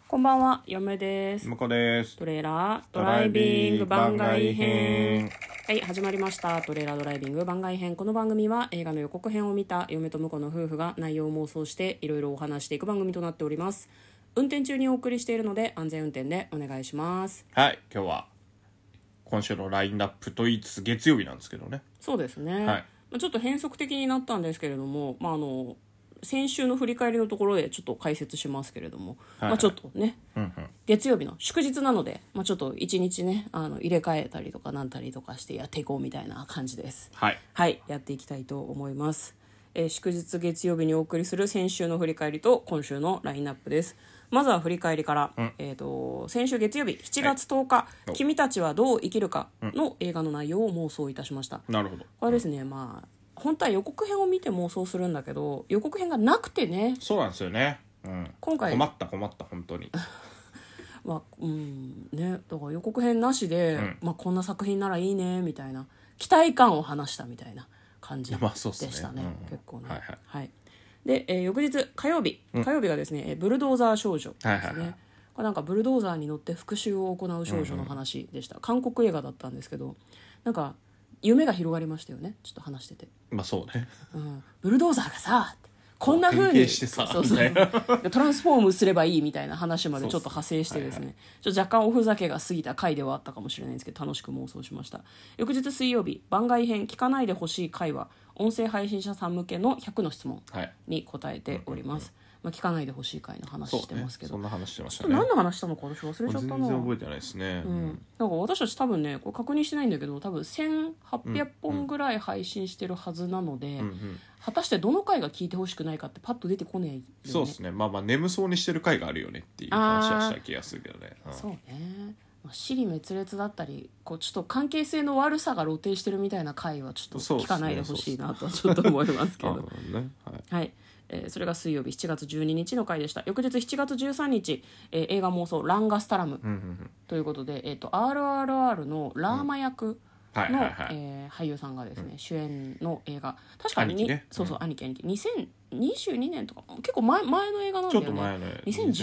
こんばんは、嫁です。 向こうです。 トレーラードライビング番外編。はい、始まりました。トレーラードライビング番外編。この番組は映画の予告編を見た嫁と婿の夫婦が内容を妄想していろいろお話していく番組となっております。運転中にお送りしているので安全運転でお願いします。 はい、今日は今週のラインナップと言いつつ月曜日なんですけどね。 そうですね、 はい、 ちょっと変則的になったんですけれども、先週の振り返りのところでちょっと解説しますけれども、ちょっとね、月曜日の祝日なので、ちょっと一日ね入れ替えたりとかなんたりとかしてやっていこうみたいな感じです。 はい、 はい、やっていきたいと思います。祝日月曜日にお送りする先週の振り返りと今週のラインナップです。まずは振り返りから、先週月曜日7月10日、君たちはどう生きるかの映画の内容を妄想いたしました。 なるほど。 これですね、本当は予告編を見て妄想するんだけど予告編がなくてね。 そうなんですよね、 今回困った本当にね、だから予告編なしで、こんな作品ならいいねみたいな期待感を話したみたいな感じでしたね、結構ね。はいで、翌日火曜日がですね、ブルドーザー少女ですね。これなんかブルドーザーに乗って復讐を行う少女の話でした。韓国映画だったんですけど、なんか夢が広がりましたよね、ちょっと話してて。 そうね、 ブルドーザーがさこんな風にトランスフォームすればいいみたいな話までちょっと派生してですね、ちょっと若干おふざけが過ぎた回ではあったかもしれないんですけど楽しく妄想しました。翌日水曜日番外編聞かないでほしい回は音声配信者さん向けの100の質問に答えております。聞かないでほしい回の話してますけど、 そんな話してましたね。 何の話したのか私忘れちゃったな。 全然覚えてないですね。 なんか私たち多分ねこれ確認してないんだけど多分1800本ぐらい配信してるはずなので、果たしてどの回が聞いてほしくないかってパッと出てこないよね。 そうですね、眠そうにしてる回があるよねっていう話はした気がするけどね。 そうね、支離滅裂だったりちょっと関係性の悪さが露呈してるみたいな回はちょっと聞かないでほしいなとちょっと思いますけどはい、それが水曜日7月12日の回でした。翌日7月13日、映画妄想ランガスタラムということで、RRR のラーマ役の俳優さんがですね、主演の映画、確かに兄貴2022年とか結構前の映画なんだよね。 ちょっと前の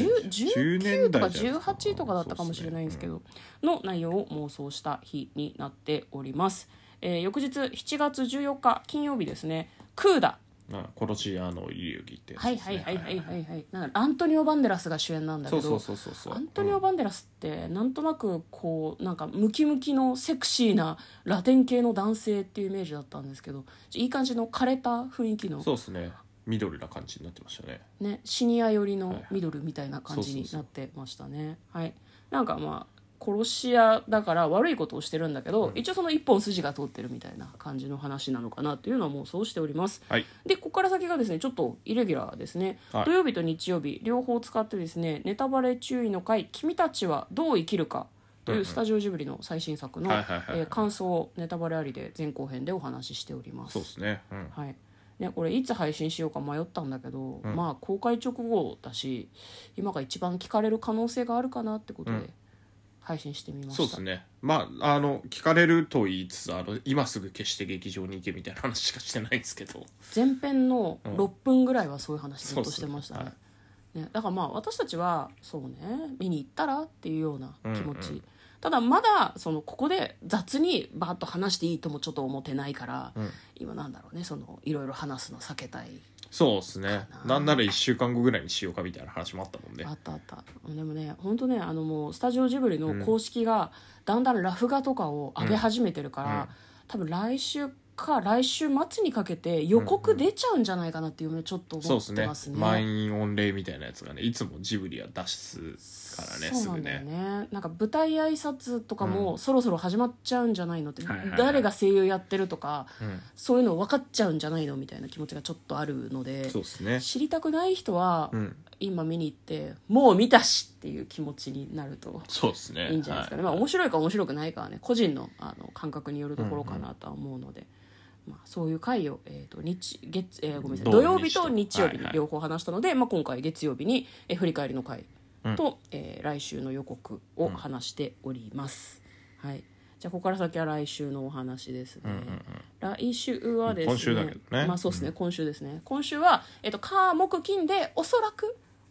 2019とか18とかだったかもしれないんですけど、の内容を妄想した日になっております。翌日7月14日金曜日ですね、クーダ殺し屋の遊戯ってやつですね。 なんかアントニオ・バンデラスが主演なんだけど、 そうアントニオ・バンデラスってなんとなくなんかムキムキのセクシーなラテン系の男性っていうイメージだったんですけど、いい感じの枯れた雰囲気の、 そうですね、緑な感じになってましたね。 シニア寄りのミドルみたいな感じになってましたね。なんか殺し屋だから悪いことをしてるんだけど、一応その一本筋が通ってるみたいな感じの話なのかなというのは妄想しております。でここから先がですねちょっとイレギュラーですね。土曜日と日曜日両方使ってですね、ネタバレ注意の回君たちはどう生きるかというスタジオジブリの最新作の感想をネタバレありで前後編でお話ししております。 そうですね、 これいつ配信しようか迷ったんだけど、公開直後だし今が一番聞かれる可能性があるかなってことで、配信してみました。 そうですね、聞かれると言いつつ今すぐ消して劇場に行けみたいな話しかしてないんですけど、 前編の6分ぐらいはそういう話ずっとしてましたね。だから私たちはそうね見に行ったらっていうような気持ち、ただまだここで雑にバーッと話していいともちょっと思ってないから、今なんだろうねいろいろ話すの避けたい。 そうですね、なんなら1週間後ぐらいにしようかみたいな話もあったもんね。 あったでもね本当ねもうスタジオジブリの公式がだんだんラフ画とかを上げ始めてるから、多分来週末にかけて予告出ちゃうんじゃないかなっていうのをちょっと思ってますね。 満員御礼みたいなやつがねいつもジブリは出すからね。 そうなんだよね。なんか舞台挨拶とかもそろそろ始まっちゃうんじゃないのって、誰が声優やってるとか、そういうの分かっちゃうんじゃないのみたいな気持ちがちょっとあるので、 そうですね、 知りたくない人は、今見に行ってもう見たしっていう気持ちになるとそうですね、 いいんじゃないですかね。面白いか面白くないかはね個人の感覚によるところかなとは思うので、そういう回を、土曜日と日曜日に両方話したので、今回月曜日に、振り返りの回と、来週の予告を話しております。じゃあここから先は来週のお話ですね。来週はですね、 今週だけどね。 そうですね、今週ですね。今週は、火木金でおそらく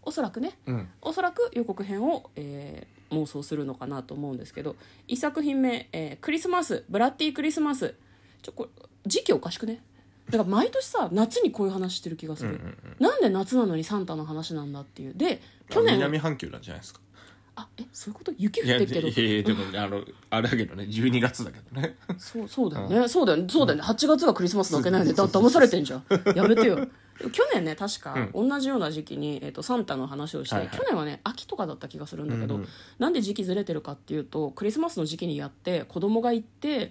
おそらくね、おそらく予告編を、妄想するのかなと思うんですけど、1作品目、クリスマスブラッディクリスマス、これ時期おかしくね。だから毎年さ夏にこういう話してる気がする、なんで夏なのにサンタの話なんだっていう。で去年南半球なんじゃないですか。 そういうこと。雪降ってるけど。 でもあれだけどね、12月だけどね。 そうだよね、そうだよね、8月がクリスマスだけないで騙されてんじゃん。やめてよ。去年ね確か同じような時期に、サンタの話をして、去年はね秋とかだった気がするんだけど、なんで時期ずれてるかっていうと、クリスマスの時期にやって子供が行って、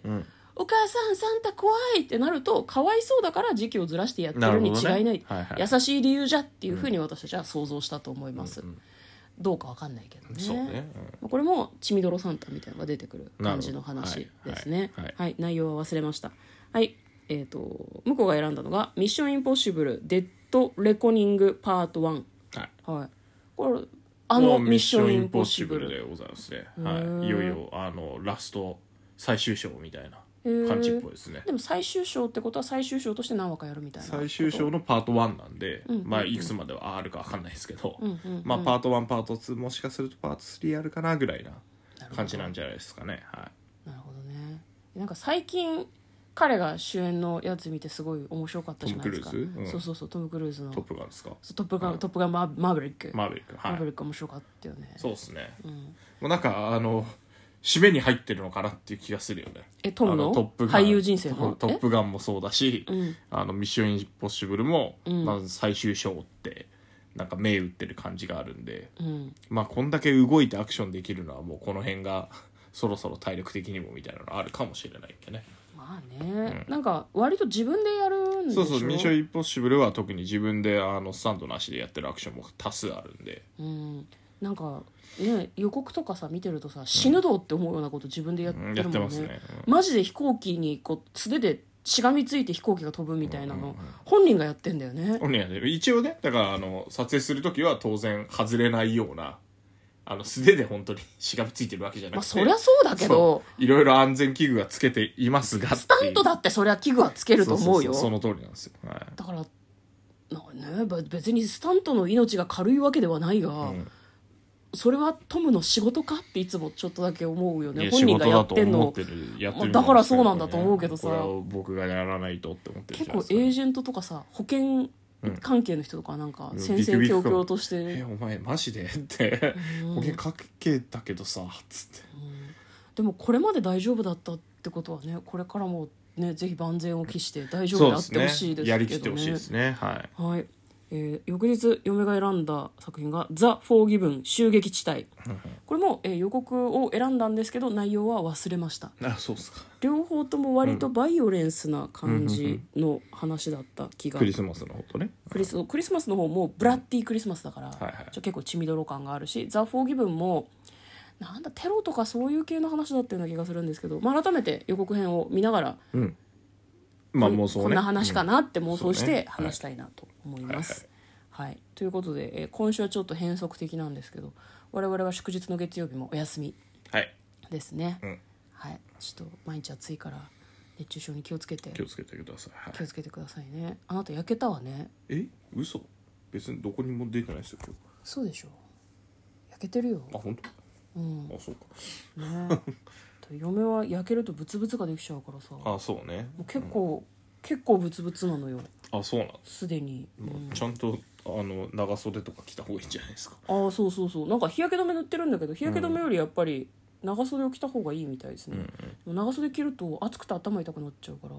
お母さんサンタ怖いってなるとかわいそうだから時期をずらしてやってるに違いない、優しい理由じゃっていうふうに私たちは想像したと思います、どうかわかんないけどね。 そうね、 これも血みどろサンタみたいなのが出てくる感じの話ですね。はい、内容は忘れました。はい、向こうが選んだのがミッションインポッシブルデッドレコニングパート1。はい、これミッションインポッシブルでございますね。はい、いよいよラスト最終章みたいな感じっぽいですね。 でも最終章ってことは最終章として何話かやるみたいな。 最終章のパート1なんで、いくつまではあるか分かんないですけど、パート1パート2もしかするとパート3あるかなぐらいな感じなんじゃないですかね。はい、 なるほどね。なんか最近彼が主演のやつ見てすごい面白かったじゃないですか。 トム・クルーズ、 そうトム・クルーズのトップガンですか。 トップガンマーヴェリック、 マーヴェリック、 マーヴェリック面白かったよね。 そうですね、もうなんか締めに入ってるのかなっていう気がするよね。 トムの俳優人生のトップガンもそうだし、ミッションインポッシブルも、まず最終章ってなんか銘打ってる感じがあるんで、こんだけ動いてアクションできるのはもうこの辺がそろそろ体力的にもみたいなのあるかもしれないけどね。 まあね、なんか割と自分でやるんでしょ。 そうミッションインポッシブルは特に自分でスタントなしでやってるアクションも多数あるんで、なんかね、予告とかさ見てるとさ、死ぬどうって思うようなこと自分でやってるもんね。 やってますね、 マジで飛行機にこう素手でしがみついて飛行機が飛ぶみたいなの、本人がやってんだよね。 本人やね。一応ね、だから撮影するときは当然外れないような素手で本当にしがみついてるわけじゃなくて、 そりゃそうだけどいろいろ安全器具がつけていますが、 スタントだってそりゃ器具はつけると思うよ。 その通りなんですよ、 だからなんかね、別にスタントの命が軽いわけではないが、それはトムの仕事かっていつもちょっ保っとだけ思うよね。本人がやってんのだからそうなんだと思うけどさ、 これは僕がやらないとって思ってるじゃないですか。 結構エージェントとかさ、保険関係の人とかなんか戦々恐々として、 お前マジでって保険かけたけどさつって、 でもこれまで大丈夫だったってことはね、これからもねぜひ万全を期して大丈夫であってほしいですけどね。 やりきってほしいですね。 はい、翌日嫁が選んだ作品がザ・フォーギブン襲撃地帯。これも、予告を選んだんですけど内容は忘れました。 そうですか。 両方とも割とバイオレンスな感じの話だった気が、 クリスマスの方とね、 クリスマスの方もブラッディクリスマスだから、結構血みどろ感があるし、ザ・フォーギブンもなんだテロとかそういう系の話だったような気がするんですけど、改めて予告編を見ながら、 妄想ね、 こんな話かなって妄想して話したいなと思います。ということで、今週はちょっと変則的なんですけど、我々は祝日の月曜日もお休みですね。ちょっと毎日暑いから熱中症に気をつけてください。 気をつけてくださいね。あなた焼けたわね。 嘘、別にどこにも出てないですよ今日。 そうでしょ、焼けてるよ。 本当？そうかね。嫁は焼けるとブツブツができちゃうからさ。 そうね。 もう結構ブツブツなのよ。 そうなの。 すでに、 ちゃんと長袖とか着た方がいいんじゃないですか。 そうなんか日焼け止め塗ってるんだけど、日焼け止めよりやっぱり長袖を着た方がいいみたいですね。長袖着ると暑くて頭痛くなっちゃうから。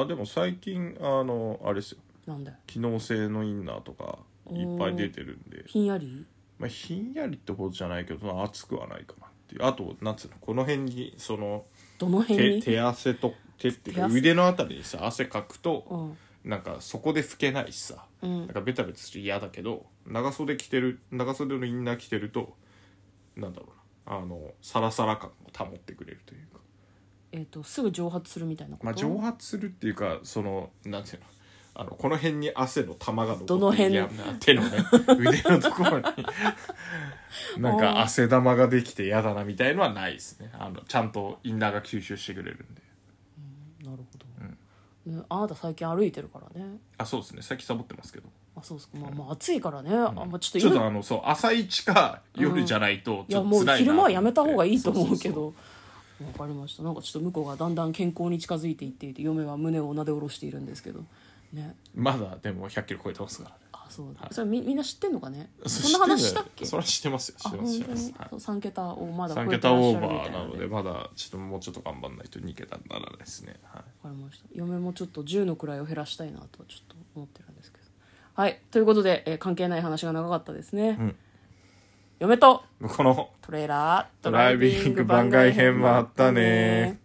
でも最近あれですよ、 なんだよ、 機能性のインナーとかいっぱい出てるんで、 ひんやりひんやりってほどじゃないけど暑くはないかなっていう。あとなんつうの、この辺にどの辺に手汗と手っていうか腕のあたりにさ汗かくと、なんかそこで拭けないしさ、なんかベタベタする嫌だけど、長袖のインナー着てるとなんだろうな、サラサラ感を保ってくれるというか、すぐ蒸発するみたいなこと。 蒸発するっていうか、なんていうの、この辺に汗の玉が残ってどの辺に手のね腕のところになんか汗玉ができて嫌だなみたいのはないですね。ちゃんとインナーが吸収してくれるんで。 なるほど、あなた最近歩いてるからね。 そうですね、最近サボってますけど。 そうですか。まあ暑いからね、ちょっとちょっとそう朝一か夜じゃないとちょっと辛いな、 いやもう昼間はやめた方がいいと思うけど。わかりました。なんかちょっと向こうがだんだん健康に近づいていっていて、嫁は胸をなで下ろしているんですけどね。 まだでも100キロ超えてますからね。 そうだ、それみんな知ってんのかね。そんな話したっけ。 それは知ってますよ。知ってます。 本当に、3桁をまだ超えてらっしゃるみたいな。3桁オーバーなのでまだちょっともうちょっと頑張んないと2桁にならないですね。 わかりました。嫁もちょっと10の位を減らしたいなとちょっと思ってるんですけど。はい、ということで、関係ない話が長かったですね。嫁とこのトレーラードライビング番外編もあったね。